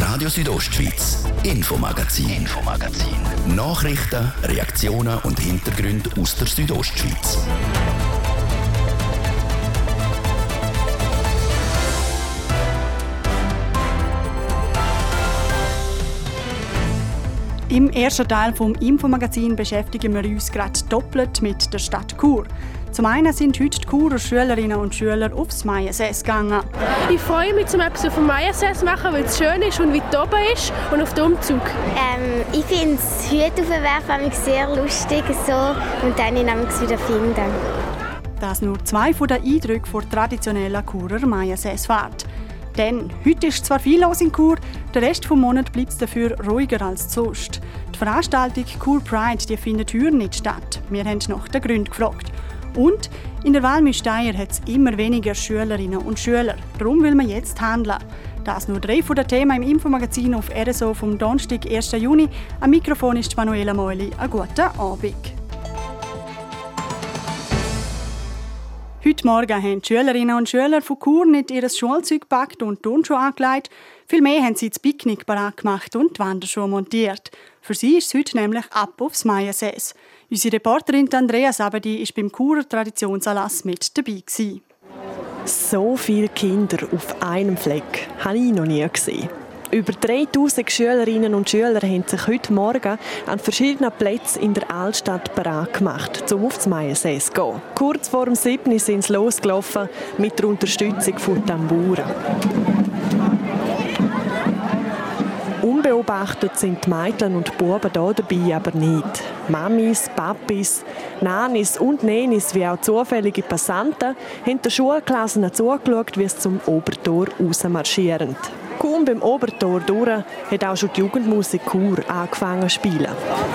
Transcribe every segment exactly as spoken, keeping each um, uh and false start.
Radio Südostschweiz, Infomagazin. Infomagazin. Nachrichten, Reaktionen und Hintergründe aus der Südostschweiz. Im ersten Teil des Infomagazins beschäftigen wir uns gerade doppelt mit der Stadt Chur. Zum einen sind heute die Churer Schülerinnen und Schüler aufs Maiensäß gegangen. Ich freue mich, um etwas auf dem Maiensäß zu machen, weil es schön ist und weit oben ist und auf den Umzug. Ähm, ich finde das Hüte aufwerfen sehr lustig so, und dann ihn wieder finden. Das sind nur zwei der Eindrücke der traditionellen Churer Maiensäßfahrt. Denn heute ist zwar viel los in Chur, der Rest des Monats bleibt es dafür ruhiger als sonst. Die Veranstaltung Chur Pride die findet heuer nicht statt. Wir haben nach den Gründen gefragt. Und in der Walmüsteier hat es immer weniger Schülerinnen und Schüler. Darum will man jetzt handeln. Das nur drei von den Themen im Infomagazin auf R S O vom Donnerstag, ersten Juni. Am Mikrofon ist Manuela Meuli. Einen guten Abend. Heute Morgen haben die Schülerinnen und Schüler von Chur nicht ihr Schulzeug gepackt und die Turnschuhe angelegt. Vielmehr haben sie das Picknick bereit gemacht und die Wanderschuhe montiert. Für sie ist es heute nämlich ab aufs Maiensäß. Unsere Reporterin Andrea Sabedi war beim Churer Traditionsanlass mit dabei. So viele Kinder auf einem Fleck habe ich noch nie gesehen. Über dreitausend Schülerinnen und Schüler haben sich heute Morgen an verschiedenen Plätzen in der Altstadt bereit gemacht, um auf das Maiensäß zu gehen. Kurz vor dem siebten sind sie losgelaufen mit der Unterstützung von Tamburen. Unbeobachtet sind die Mädchen und die Buben hier dabei aber nicht. Mamis, Papis, Nanis und Nenis wie auch zufällige Passanten haben den Schulklassen zugeschaut, wie sie zum Obertor rausmarschieren. Kaum beim Obertor durch hat auch schon die Jugendmusik Chur angefangen zu spielen.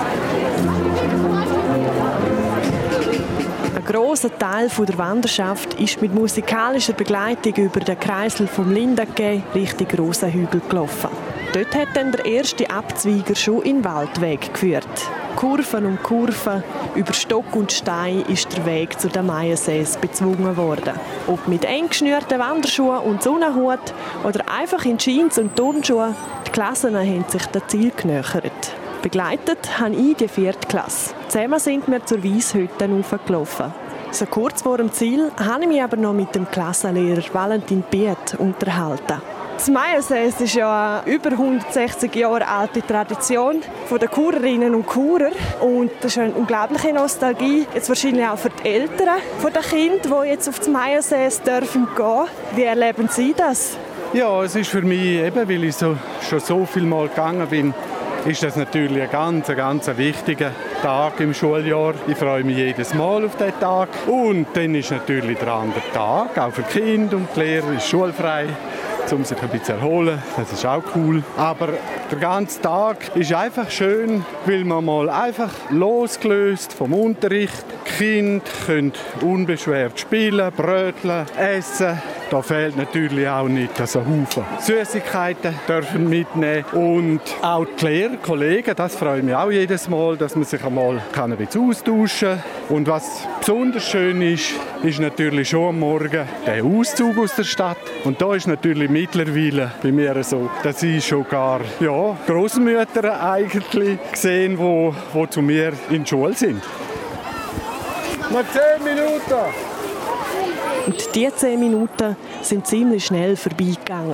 Ein grosser Teil der Wanderschaft ist mit musikalischer Begleitung über den Kreisel vom Lindake Richtung Rosenhügel gelaufen. Dort hat dann der erste Abzweiger schon in den Waldweg geführt. Kurven um Kurven, über Stock und Stein ist der Weg zu den Maiensäß bezwungen worden. Ob mit eng geschnürten Wanderschuhen und Sonnenhut oder einfach in Jeans und Turnschuhen, die Klassen haben sich dem Ziel genähert. Begleitet habe ich die vierte Klasse. Zusammen sind wir zur Weisshütte hochgelaufen. So kurz vor dem Ziel habe ich mich aber noch mit dem Klassenlehrer Valentin Piet unterhalten. Das Maiensäß ist ja eine über hundertsechzig Jahre alte Tradition der Churerinnen und Churer. Und das ist eine unglaubliche Nostalgie. Jetzt wahrscheinlich auch für die Eltern der Kinder, die jetzt auf das Maiensäß dürfen gehen. Wie erleben Sie das? Ja, es ist für mich, eben, weil ich so, schon so viel Mal gegangen bin, ist das natürlich ein ganz, ganz wichtiger Tag im Schuljahr. Ich freue mich jedes Mal auf diesen Tag. Und dann ist natürlich der andere Tag, auch für die Kinder und die Lehrer, ist schulfrei, um sich ein bisschen zu erholen. Das ist auch cool. Aber der ganze Tag ist einfach schön, weil man mal einfach losgelöst vom Unterricht. Die Kinder können unbeschwert spielen, bröteln, essen. Da fehlt natürlich auch nicht so Haufen Süßigkeiten dürfen mitnehmen. Und auch die Lehrer, Kollegen, das freut mich auch jedes Mal, dass man sich einmal ein bisschen austauschen kann. Und was besonders schön ist, ist natürlich schon am Morgen der Auszug aus der Stadt. Und da ist natürlich mittlerweile bei mir so, dass ich schon gar ja, Großmütter eigentlich gesehen, wo, wo zu mir in die Schule sind. Noch zehn Minuten! Und diese zehn Minuten sind ziemlich schnell vorbeigegangen.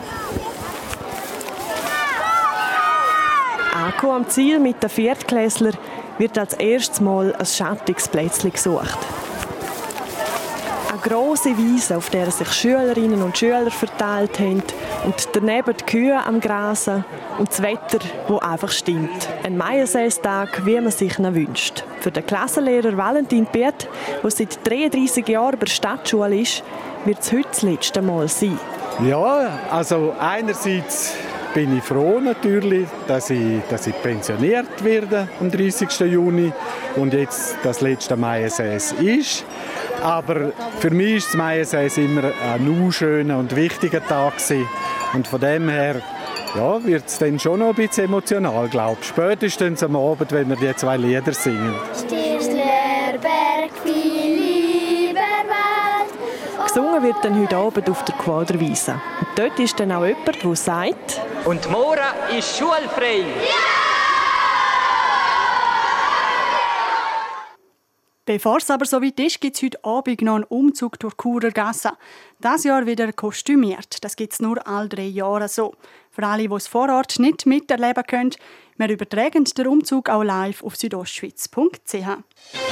Angekommen am Ziel mit den Viertklässlern wird als erstes Mal ein schattiges Plätzchen gesucht. Eine grosse Wiese, auf der sich Schülerinnen und Schüler verteilt haben und daneben die Kühe am Grasen und das Wetter, das einfach stimmt. Ein Maiensäßtag, wie man sich ihn wünscht. Für den Klassenlehrer Valentin Piet, der seit dreiunddreissig Jahren bei der Stadtschule ist, wird es heute das letzte Mal sein. Ja, also einerseits bin ich froh natürlich, dass ich, dass ich pensioniert werde am dreißigsten Juni und jetzt das letzte Maiensäß ist. Aber für mich ist das Maiensäß immer ein schöner und wichtiger Tag gewesen. Und von dem her ja, wird es dann schon noch ein bisschen emotional, glaube ich. Spätestens am Abend, wenn wir die zwei Lieder singen. Stiller Berg, viel lieber Wald. Gesungen wird dann heute Abend auf der Quaderwiese. Und dort ist dann auch jemand, der sagt: Und morgen ist schulfrei. Bevor es aber so weit ist, gibt es heute Abend noch einen Umzug durch Churer Gasse. Dieses Jahr wieder kostümiert. Das gibt es nur alle drei Jahre so. Für alle, die es vor Ort nicht miterleben können, wir übertragen den Umzug auch live auf südostschweiz punkt c h.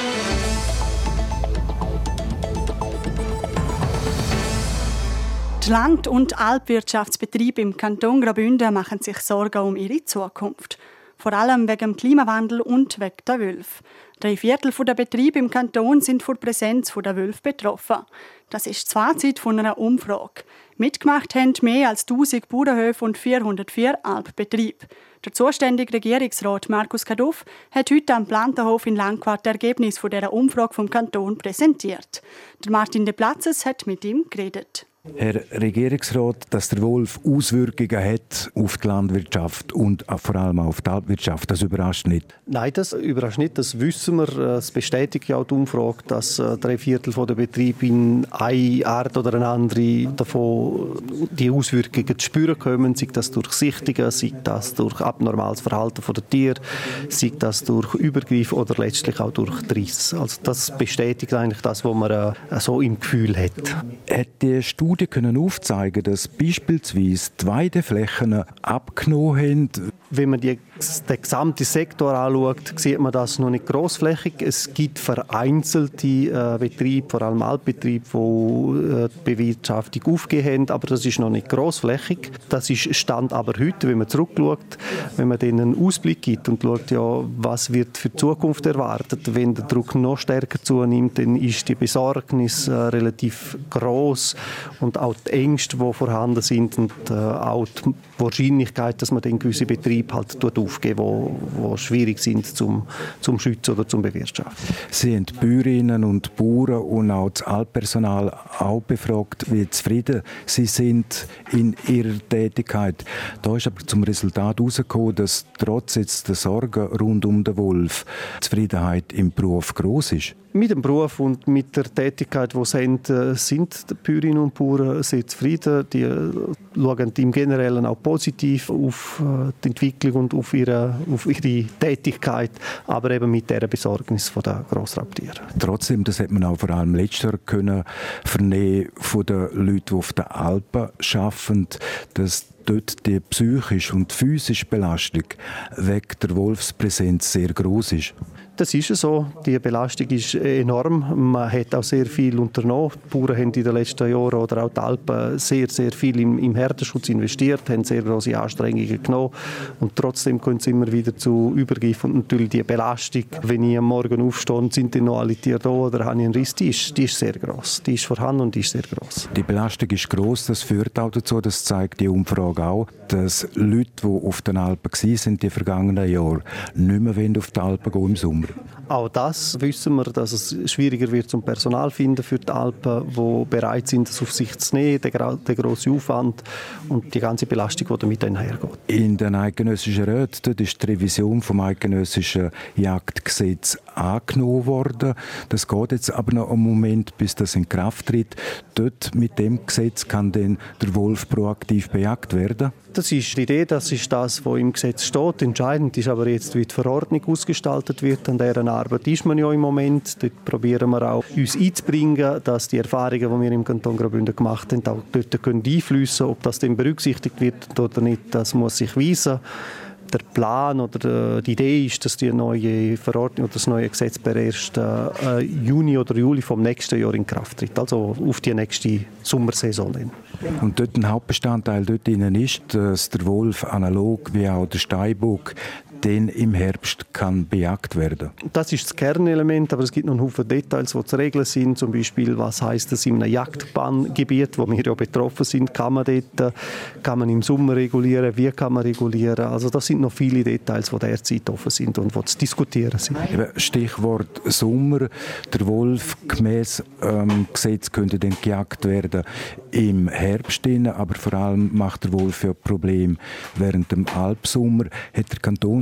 Die Land- und Alpwirtschaftsbetriebe im Kanton Graubünden machen sich Sorgen um ihre Zukunft. Vor allem wegen dem Klimawandel und wegen der Wölfe. Drei Viertel der Betriebe im Kanton sind von der Präsenz der Wölfe betroffen. Das ist das Fazit von einer Umfrage. Mitgemacht haben mehr als tausend Bauernhöfe und vierhundertvier Alpbetriebe. Der zuständige Regierungsrat Markus Kaduff hat heute am Plantenhof in Langquart das Ergebnis dieser Umfrage vom Kanton präsentiert. Der Martin de Platzes hat mit ihm geredet. Herr Regierungsrat, dass der Wolf Auswirkungen hat auf die Landwirtschaft und vor allem auf die Alpwirtschaft, das überrascht nicht? Nein, das überrascht nicht. Das wissen wir. Es bestätigt ja auch die Umfrage, dass drei Viertel der Betriebe in eine Art oder eine andere davon die Auswirkungen zu spüren kommen. Sei das durch Sichtungen, sei das durch abnormales Verhalten der Tiere, sei das durch Übergriff oder letztlich auch durch Riss. Also das bestätigt eigentlich das, was man so im Gefühl hat. Hat die Studie können aufzeigen, dass beispielsweise die Weideflächen abgenommen haben? Wenn man die, den gesamten Sektor anschaut, sieht man das noch nicht grossflächig. Es gibt vereinzelte äh, Betriebe, vor allem Altbetriebe, die äh, die Bewirtschaftung aufgegeben haben, aber das ist noch nicht grossflächig. Das ist Stand aber heute, wenn man zurückschaut, wenn man denen einen Ausblick gibt und schaut, ja, was wird für die Zukunft erwartet. Wenn der Druck noch stärker zunimmt, dann ist die Besorgnis äh, relativ gross und auch die Ängste, die vorhanden sind und äh, auch die Wahrscheinlichkeit, dass man dann gewisse Betriebe halt aufgeben, wo, wo schwierig sind zum, zum Schützen oder zum Bewirtschaften. Sie haben die Bäuerinnen und Bauern und auch das Altpersonal auch befragt, wie zufrieden sie sind in ihrer Tätigkeit. Da ist aber zum Resultat herausgekommen, dass trotz jetzt der Sorgen rund um den Wolf die Zufriedenheit im Beruf gross ist. Mit dem Beruf und mit der Tätigkeit, die sie haben, sind die Bäuerinnen und Bauern sehr zufrieden. Die schauen im Generellen auch positiv auf die Entwicklung und auf ihre, auf ihre Tätigkeit, aber eben mit dieser Besorgnis der Grossraubtiere. Trotzdem, das hat man auch vor allem letztes Jahr können vernehmen von den Leuten, die auf den Alpen arbeiten, dass dort die psychische und physische Belastung wegen der Wolfspräsenz sehr gross ist. Das ist so. Die Belastung ist enorm. Man hat auch sehr viel unternommen. Die Bauern haben in den letzten Jahren oder auch die Alpen sehr, sehr viel im, im Herdenschutz investiert, haben sehr große Anstrengungen genommen. Und trotzdem kommt es immer wieder zu Übergriffen. Und natürlich die Belastung, wenn ich am Morgen aufstehe, sind die noch alle Tiere da oder habe ich einen Riss, die ist, die ist sehr gross. Die ist vorhanden und die ist sehr gross. Die Belastung ist gross. Das führt auch dazu, das zeigt die Umfrage auch, dass Leute, die auf den Alpen waren, die vergangenen Jahre nicht mehr auf die Alpen gehen im Sommer. Auch das wissen wir, dass es schwieriger wird zum Personal finden für die Alpen, die bereit sind, das auf sich zu nehmen, der, der grosse Aufwand und die ganze Belastung, die damit einhergeht. In den eidgenössischen Räten ist die Revision vom eidgenössischen Jagdgesetz angenommen worden. Das geht jetzt aber noch einen Moment, bis das in Kraft tritt. Dort mit dem Gesetz kann dann der Wolf proaktiv bejagt werden. Das ist die Idee, das ist das, was im Gesetz steht. Entscheidend ist aber jetzt, wie die Verordnung ausgestaltet wird. An dieser Arbeit ist man ja im Moment. Dort probieren wir auch, uns einzubringen, dass die Erfahrungen, die wir im Kanton Graubünden gemacht haben, auch dort können einfließen können. Ob das dann berücksichtigt wird oder nicht, das muss sich weisen. Der Plan oder die Idee ist, dass die neue Verordnung oder das neue Gesetz per ersten Juni oder Juli vom nächsten Jahr in Kraft tritt, also auf die nächste Sommersaison hin. Und dort ein Hauptbestandteil dort ist, dass der Wolf analog wie auch der Steinbock dann im Herbst kann bejagt werden. Das ist das Kernelement, aber es gibt noch einen Haufen Details, die zu regeln sind. Zum Beispiel, was heisst das in einem Jagdbanngebiet, wo wir ja betroffen sind, kann man dort, kann man im Sommer regulieren, wie kann man regulieren. Also das sind noch viele Details, die derzeit offen sind und die zu diskutieren sind. Stichwort Sommer. Der Wolf gemäss ähm, Gesetz könnte dann gejagt werden im Herbst, aber vor allem macht der Wolf ja Probleme während dem Alpsommer. Hat der Kanton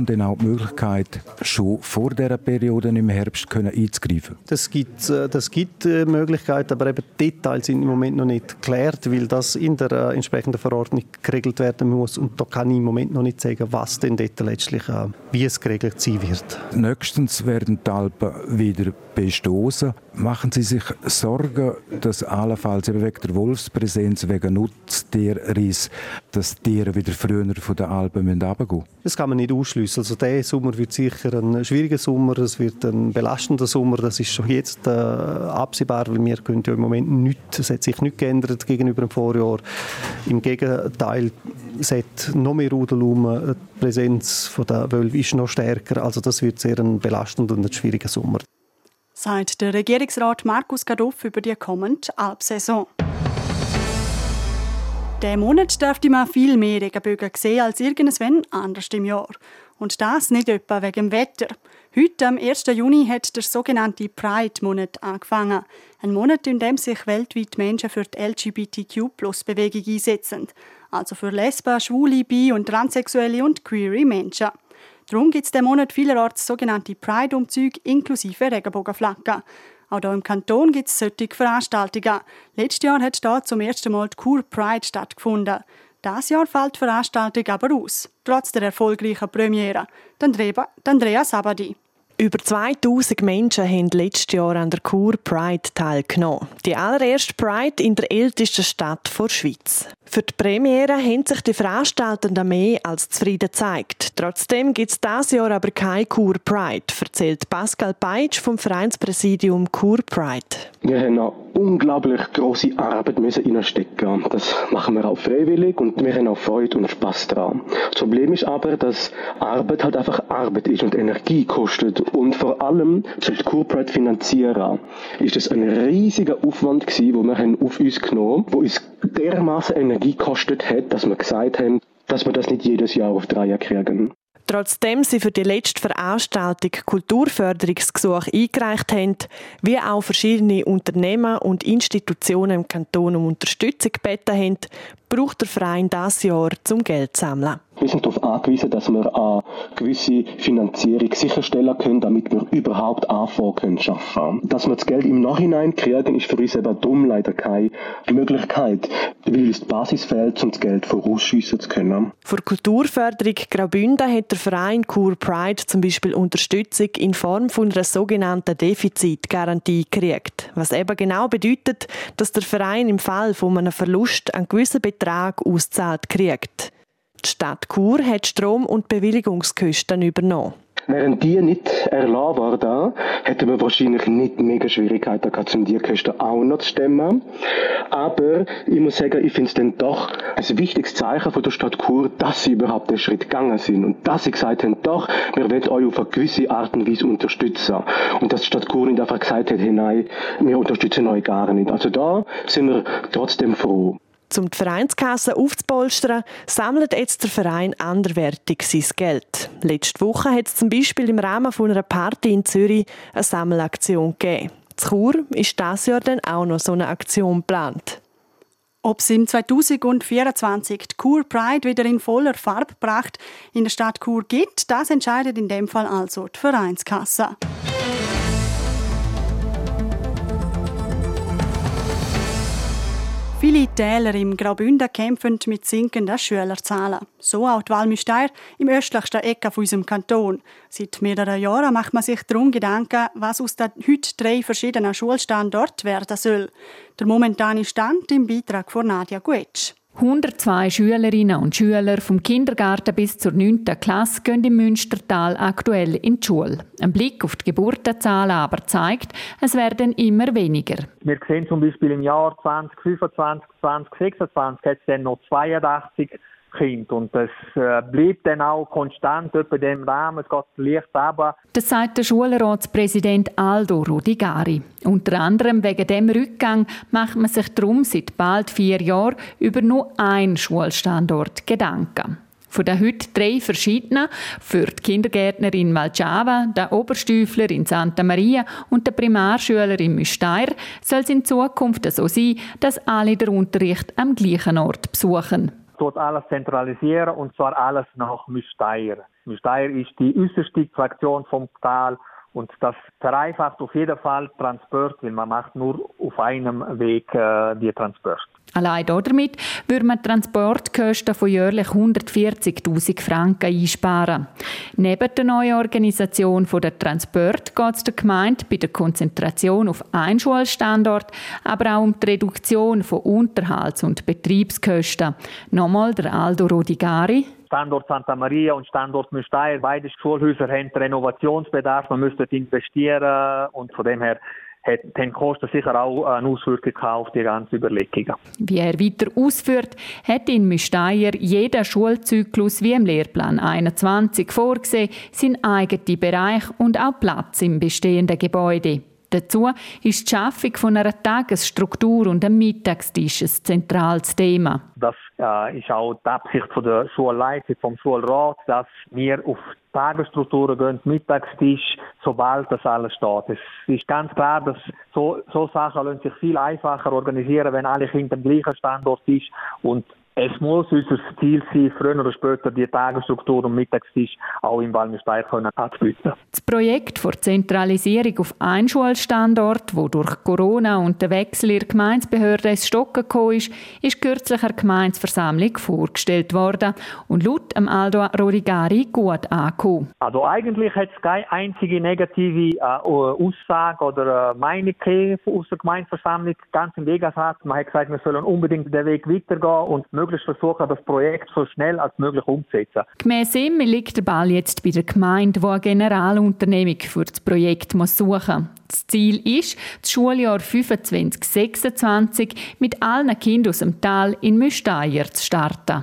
dann auch die Möglichkeit, schon vor dieser Periode im Herbst können einzugreifen? Das gibt, das gibt äh, Möglichkeiten, aber eben Details sind im Moment noch nicht geklärt, weil das in der äh, entsprechenden Verordnung geregelt werden muss. Und da kann ich im Moment noch nicht sagen, was denn dort letztlich, äh, wie es geregelt sein wird. Nächstens werden die Alpen wieder bestoßen. Machen Sie sich Sorgen, dass allenfalls eben wegen der Wolfspräsenz, wegen Nutztierriss, dass die Tiere wieder früher von den Alpen runtergehen müssen? Das kann man nicht ausschliessen. Also dieser Sommer wird sicher ein schwieriger Sommer, es wird ein belastender Sommer. Das ist schon jetzt äh, absehbar, weil wir können ja im Moment nichts, es hat sich nichts geändert gegenüber dem Vorjahr. Im Gegenteil, es hat noch mehr Rudel um, die Präsenz der Wölfe ist noch stärker. Also das wird sehr ein belastender und ein schwieriger Sommer. Sagt der Regierungsrat Markus Gadoff über die kommende Alpsaison. Diesen Monat dürfte man viel mehr Regenbögen sehen als irgendwann anders im Jahr. Und das nicht etwa wegen dem Wetter. Heute, am ersten Juni, hat der sogenannte Pride-Monat angefangen. Ein Monat, in dem sich weltweit Menschen für die L G B T Q Plus Bewegung einsetzen. Also für Lesben, Schwule, Bi- und Transsexuelle und queere Menschen. Darum gibt es diesen Monat vielerorts sogenannte Pride-Umzüge inklusive Regenbogenflaggen. Auch hier im Kanton gibt es solche Veranstaltungen. Letztes Jahr hat hier zum ersten Mal die Chur Pride stattgefunden. Dieses Jahr fällt die Veranstaltung aber aus, trotz der erfolgreichen Premiere. Andrea Sabadi. Über zweitausend Menschen haben letztes Jahr an der Chur Pride teilgenommen. Die allererste Pride in der ältesten Stadt der Schweiz. Für die Premiere haben sich die Veranstaltenden mehr als zufrieden gezeigt. Trotzdem gibt es dieses Jahr aber keine Chur Pride, erzählt Pascal Peitsch vom Vereinspräsidium Chur Pride. Wir haben eine unglaublich grosse Arbeit reinstecken. Das machen wir auch freiwillig und wir haben auch Freude und Spass daran. Das Problem ist aber, dass Arbeit halt einfach Arbeit ist und Energie kostet. Und vor allem, um die Chur Pride finanzieren, ist es ein riesiger Aufwand gewesen, den wir auf uns genommen haben, der uns dermaßen Energie gekostet hat, dass wir gesagt haben, dass wir das nicht jedes Jahr auf drei Jahre kriegen. Trotzdem sie für die letzte Veranstaltung Kulturförderungsgesuche eingereicht haben, wie auch verschiedene Unternehmen und Institutionen im Kanton um Unterstützung gebeten haben, braucht der Verein dieses Jahr zum Geld zu sammeln. Wir sind darauf angewiesen, dass wir eine gewisse Finanzierung sicherstellen können, damit wir überhaupt anfangen können zu arbeiten. Dass wir das Geld im Nachhinein kriegen, ist für uns eben darum leider keine Möglichkeit, weil uns die Basis fehlt, um das Geld vorausschiessen zu können. Für die Kulturförderung Graubünden hat der Verein Chur Pride zum Beispiel Unterstützung in Form von einer sogenannten Defizitgarantie gekriegt. Was eben genau bedeutet, dass der Verein im Fall von einem Verlust einen gewissen Betrag ausgezahlt kriegt. Die Stadt Chur hat Strom- und Bewilligungskosten übernommen. Wären die nicht erlassen worden, hätten wir wahrscheinlich nicht mega Schwierigkeiten gehabt, um die Kosten auch noch zu stemmen. Aber ich muss sagen, ich finde es dann doch ein wichtiges Zeichen von der Stadt Chur, dass sie überhaupt den Schritt gegangen sind und dass sie gesagt haben, doch, wir wollen euch auf eine gewisse Art und Weise unterstützen. Und dass die Stadt Chur nicht einfach gesagt hat, hey, nein, wir unterstützen euch gar nicht. Also da sind wir trotzdem froh. Um die Vereinskasse aufzupolstern, sammelt jetzt der Verein anderweitig sein Geld. Letzte Woche hat es zum Beispiel im Rahmen von einer Party in Zürich eine Sammelaktion gegeben. In Chur ist dieses Jahr dann auch noch so eine Aktion geplant. Ob es im zwanzig vierundzwanzig die Chur Pride wieder in voller Farbpracht in der Stadt Chur gibt, das entscheidet in dem Fall also die Vereinskasse. Viele Täler im Graubünden kämpfen mit sinkenden Schülerzahlen. So auch die Walmüsteier im östlichsten Ecke von unserem Kanton. Seit mehreren Jahren macht man sich darum Gedanken, was aus den heute drei verschiedenen Schulstandorten werden soll. Der momentane Stand im Beitrag von Nadia Guetsch. hundertzwei Schülerinnen und Schüler vom Kindergarten bis zur neunten Klasse gehen im Münstertal aktuell in die Schule. Ein Blick auf die Geburtenzahlen aber zeigt, es werden immer weniger. Wir sehen zum Beispiel im Jahr zwanzig fünfundzwanzig, zwanzig sechsundzwanzig hat es dann noch zweiundachtzig Kinder. Und das äh, bleibt dann auch konstant etwa in diesem Rahmen. Es geht leicht runter. Das sagt der Schulratspräsident Aldo Rodigari. Unter anderem wegen dem Rückgang macht man sich darum seit bald vier Jahren über nur einen Schulstandort Gedanken. Von den heute drei verschiedenen, für die Kindergärtnerin in Valchava, den Oberstüfler in Santa Maria und den Primarschüler in Müsteier, soll es in Zukunft so sein, dass alle den Unterricht am gleichen Ort besuchen. dort alles zentralisieren und zwar alles nach Müsteier. Müsteier ist die äußerste Fraktion vom Tal und das vereinfacht auf jeden Fall Transport, weil man macht nur auf einem Weg äh, die Transport. Allein damit würde man Transportkosten von jährlich hundertvierzigtausend Franken einsparen. Neben der neuen Organisation der Transport geht es der Gemeinde bei der Konzentration auf einen Schulstandort, aber auch um die Reduktion von Unterhalts- und Betriebskosten. Nochmal der Aldo Rodigari. Standort Santa Maria und Standort Müsteier, beide Schulhäuser haben Renovationsbedarf, man müsste investieren und von dem her hat den Kosten sicher auch eine Auswirkung auf die ganze Überlegung. Wie er weiter ausführt, hat in Müsteier jeder Schulzyklus wie im Lehrplan einundzwanzig vorgesehen, seinen eigenen Bereich und auch Platz im bestehenden Gebäude. Dazu ist die Schaffung von einer Tagesstruktur und einem Mittagstisch ein zentrales Thema. Das äh, ist auch die Absicht von der Schulleitung, vom Schulrat, dass wir auf Tagesstrukturen gehen, Mittagstisch, sobald das alles steht. Es ist ganz klar, dass so, so Sachen lassen sich viel einfacher organisieren, wenn alle Kinder am gleichen Standort sind. Und es muss unser Ziel sein, früher oder später die Tagesstruktur und Mittagstisch auch im Val Müsteier anzubieten. Das Projekt der Zentralisierung auf einen Schulstandort, wo durch Corona und den Wechsel in der Gemeindebehörde ins Stocken gekommen ist, ist kürzlich einer Gemeindeversammlung vorgestellt worden und laut Aldo Rodigari gut angekommen. Also eigentlich hat es keine einzige negative äh, Aussage oder äh, Meinung aus der Gemeindeversammlung. Ganz im Gegensatz, man hat gesagt, wir sollen unbedingt den Weg weitergehen und möglichst versuchen, das Projekt so schnell als möglich umzusetzen. Gemäss ihm liegt der Ball jetzt bei der Gemeinde, die eine Generalunternehmung für das Projekt muss suchen muss. Das Ziel ist, das Schuljahr fünfundzwanzig sechsundzwanzig mit allen Kindern aus dem Tal in Müsteier zu starten.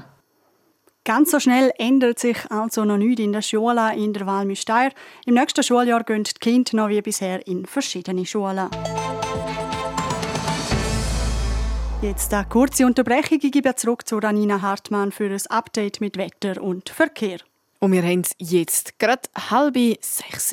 Ganz so schnell ändert sich also noch nichts in der Schule in der Val Müsteier. Im nächsten Schuljahr gehen die Kinder noch wie bisher in verschiedene Schulen. Jetzt eine kurze Unterbrechung. Ich gebe zurück zu Ranina Hartmann für ein Update mit Wetter und Verkehr. Und wir haben es jetzt gerade halb sechs.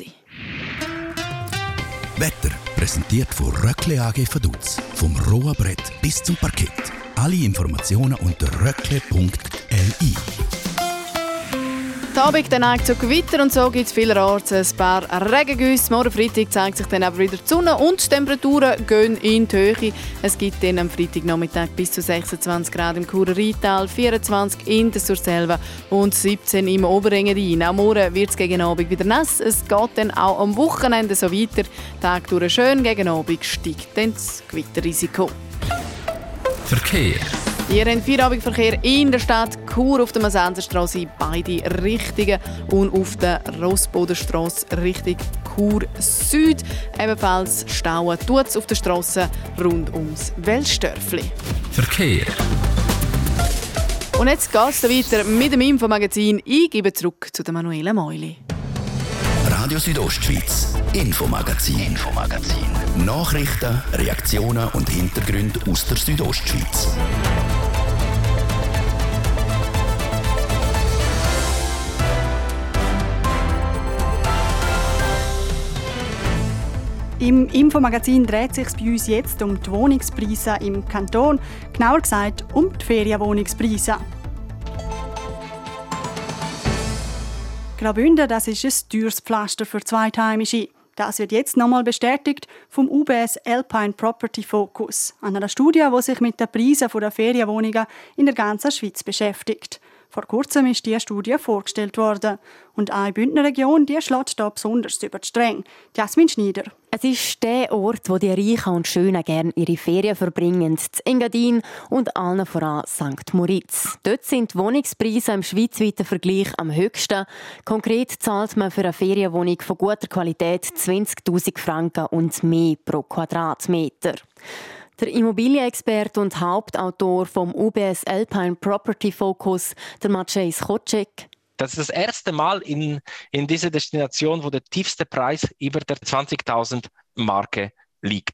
Wetter präsentiert von Röckle A G Vaduz. Vom rohen Brett bis zum Parkett. Alle Informationen unter röckle punkt l i. Die Abend neigt zu Gewitter und so gibt es vielerorts ein paar Regengüsse. Morgen Freitag zeigt sich dann aber wieder die Sonne und die Temperaturen gehen in die Höhe. Es gibt dann am Freitagnachmittag bis zu sechsundzwanzig Grad im Churer Rheintal, vierundzwanzig in der Surselva und siebzehn im Oberengadin. Am Morgen wird es gegen Abend wieder nass. Es geht dann auch am Wochenende so weiter. Tag durch schön, gegen Abend steigt dann das Gewitterrisiko. Verkehr. Wir haben Feierabendverkehr in der Stadt Chur auf der Masenserstraße, beide Richtungen, und auf der Rossbodenstraße Richtung Chur Süd. Ebenfalls stauen tut es auf der Straße rund ums Weltstörfli. Verkehr. Und jetzt geht es weiter mit dem Infomagazin. Ich gebe zurück zu der Manuela Meuli. Radio Südostschweiz, Infomagazin. Infomagazin. Nachrichten, Reaktionen und Hintergründe aus der Südostschweiz. Im Infomagazin dreht es sich bei uns jetzt um die Wohnungspreise im Kanton, genauer gesagt um die Ferienwohnungspreise. Graubünden, das ist ein teures Pflaster für Zweitheimische. Das wird jetzt nochmal bestätigt vom U B S Alpine Property Focus, einer Studie, die sich mit den Preisen der Ferienwohnungen in der ganzen Schweiz beschäftigt. Vor kurzem ist diese Studie vorgestellt worden. Und eine Bündner Region, die schlägt hier besonders über die Stränge. Jasmin Schneider. Es ist der Ort, wo die Reichen und Schönen gerne ihre Ferien verbringen. Das Engadin und allen voran Sankt Moritz. Dort sind die Wohnungspreise im schweizweiten Vergleich am höchsten. Konkret zahlt man für eine Ferienwohnung von guter Qualität zwanzigtausend Franken und mehr pro Quadratmeter. Der Immobilienexperte und Hauptautor vom U B S Alpine Property Focus, der Maciej Skocek. Das ist das erste Mal in, in dieser Destination, wo der tiefste Preis über der zwanzigtausend Marke liegt.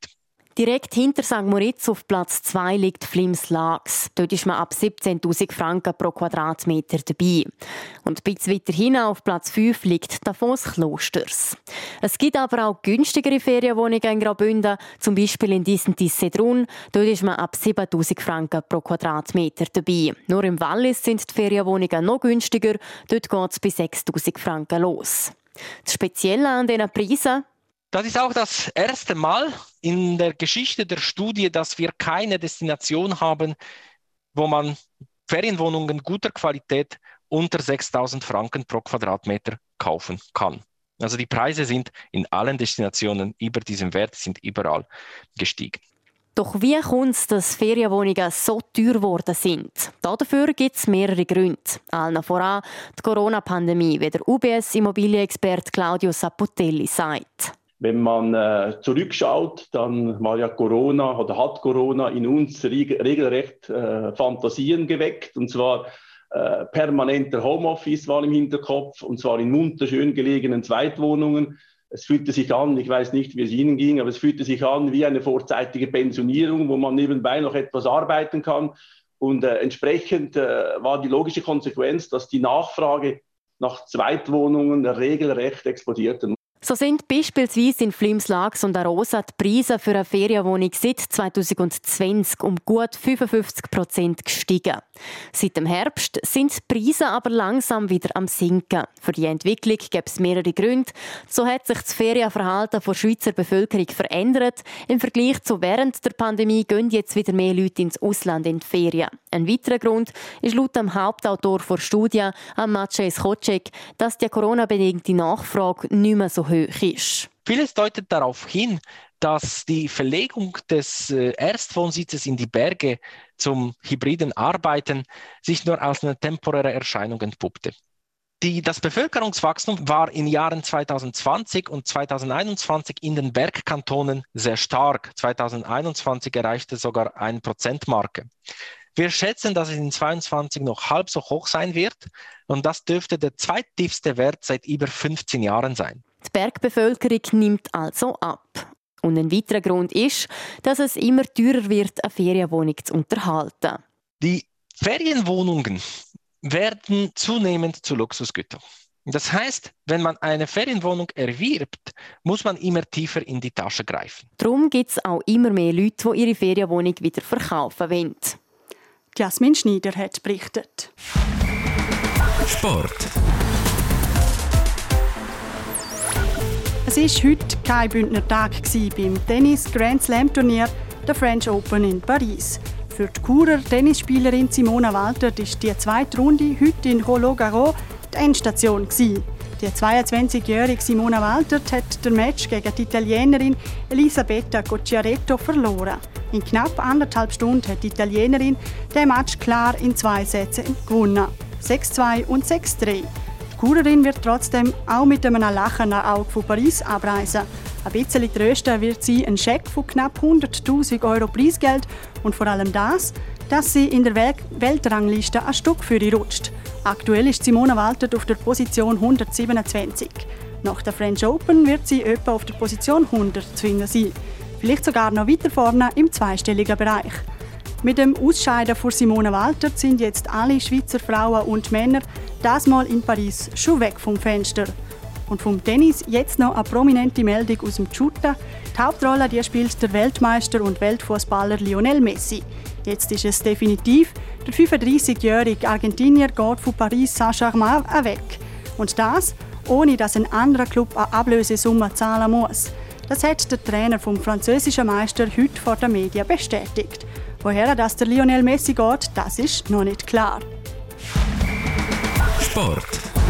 Direkt hinter Sankt Moritz auf Platz zwei liegt Flims Laax. Dort ist man ab siebzehntausend Franken pro Quadratmeter dabei. Und ein bisschen weiter hinten auf Platz fünf liegt Davos Klosters. Es gibt aber auch günstigere Ferienwohnungen in Graubünden, zum Beispiel in Disentis-Sedrun. Dort ist man ab siebentausend Franken pro Quadratmeter dabei. Nur im Wallis sind die Ferienwohnungen noch günstiger. Dort geht es bei sechstausend Franken los. Das Spezielle an diesen Preisen: Das ist auch das erste Mal in der Geschichte der Studie, dass wir keine Destination haben, wo man Ferienwohnungen guter Qualität unter sechstausend Franken pro Quadratmeter kaufen kann. Also die Preise sind in allen Destinationen über diesem Wert, sind überall gestiegen. Doch wie kommt es, dass Ferienwohnungen so teuer geworden sind? Dafür gibt es mehrere Gründe. Allen voran die Corona-Pandemie, wie der U B S-Immobilienexperte Claudio Saputelli sagt. Wenn man äh, zurückschaut, dann war ja Corona oder hat Corona in uns reg- regelrecht äh, Fantasien geweckt. Und zwar äh, permanenter Homeoffice war im Hinterkopf, und zwar in wunderschön gelegenen Zweitwohnungen. Es fühlte sich an, ich weiß nicht, wie es Ihnen ging, aber es fühlte sich an wie eine vorzeitige Pensionierung, wo man nebenbei noch etwas arbeiten kann. Und äh, entsprechend äh, war die logische Konsequenz, dass die Nachfrage nach Zweitwohnungen regelrecht explodierte. So sind beispielsweise in Flims Laax und Arosa die Preise für eine Ferienwohnung seit zwanzig zwanzig um gut fünfundfünfzig Prozent gestiegen. Seit dem Herbst sind die Preise aber langsam wieder am Sinken. Für die Entwicklung gibt es mehrere Gründe. So hat sich das Ferienverhalten der Schweizer Bevölkerung verändert. Im Vergleich zu während der Pandemie gehen jetzt wieder mehr Leute ins Ausland in die Ferien. Ein weiterer Grund ist laut dem Hauptautor der Studie, Maciej Skocek, dass die Corona-bedingte Nachfrage nicht mehr so hoch ist. Vieles deutet darauf hin, dass die Verlegung des äh, Erstwohnsitzes in die Berge zum hybriden Arbeiten sich nur als eine temporäre Erscheinung entpuppte. Die, das Bevölkerungswachstum war in Jahren zwanzig zwanzig und zwanzig einundzwanzig in den Bergkantonen sehr stark. zwanzig einundzwanzig erreichte sogar eine Prozentmarke. Wir schätzen, dass es in zwanzig zweiundzwanzig noch halb so hoch sein wird, und das dürfte der zweittiefste Wert seit über fünfzehn Jahren sein. Die Bergbevölkerung nimmt also ab. Und ein weiterer Grund ist, dass es immer teurer wird, eine Ferienwohnung zu unterhalten. Die Ferienwohnungen werden zunehmend zu Luxusgütern. Das heißt, wenn man eine Ferienwohnung erwirbt, muss man immer tiefer in die Tasche greifen. Darum gibt es auch immer mehr Leute, die ihre Ferienwohnung wieder verkaufen wollen. Jasmin Schneider hat berichtet. Sport. Es war heute kein Bündner Tag beim Tennis-Grand-Slam-Turnier der French Open in Paris. Für die Churer Tennisspielerin Simona Walter war die zweite Runde heute in Roland-Garros die Endstation. Die zweiundzwanzigjährige Simona Walter hat den Match gegen die Italienerin Elisabetta Cocciaretto verloren. In knapp anderthalb Stunden hat die Italienerin den Match klar in zwei Sätzen gewonnen. sechs zwei und sechs drei. Die Churerin wird trotzdem auch mit einem lachenden Auge von Paris abreisen. Ein bisschen trösten wird sie einen Scheck von knapp hunderttausend Euro Preisgeld und vor allem das, dass sie in der Weltrangliste ein Stück für sie rutscht. Aktuell ist Simona Walter auf der Position hundertsiebenundzwanzig. Nach der French Open wird sie etwa auf der Position hundert zu finden sein. Vielleicht sogar noch weiter vorne im zweistelligen Bereich. Mit dem Ausscheiden von Simona Walter sind jetzt alle Schweizer Frauen und Männer das Mal in Paris schon weg vom Fenster. Und vom Tennis jetzt noch eine prominente Meldung aus dem Shooter. Die Hauptrolle die spielt der Weltmeister und Weltfußballer Lionel Messi. Jetzt ist es definitiv. Der fünfunddreißigjährige Argentinier geht von Paris Saint-Germain weg. Und das, ohne dass ein anderer Club eine Ablösesumme zahlen muss. Das hat der Trainer vom französischen Meister heute vor den Medien bestätigt. Woher das der Lionel Messi geht, das ist noch nicht klar. Sport.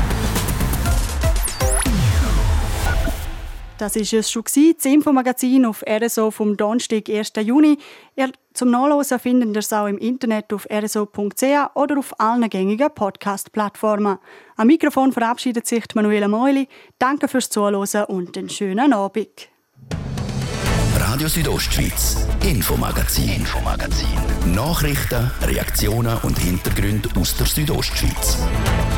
Das war es schon, das Infomagazin auf R S O vom Donnerstag, ersten Juni. Ihr zum Nachlesen findet ihr es auch im Internet auf r s o punkt c h oder auf allen gängigen Podcast-Plattformen. Am Mikrofon verabschiedet sich Manuela Meuli. Danke fürs Zuhören und einen schönen Abend. Radio Südostschweiz, Infomagazin. Infomagazin. Nachrichten, Reaktionen und Hintergründe aus der Südostschweiz.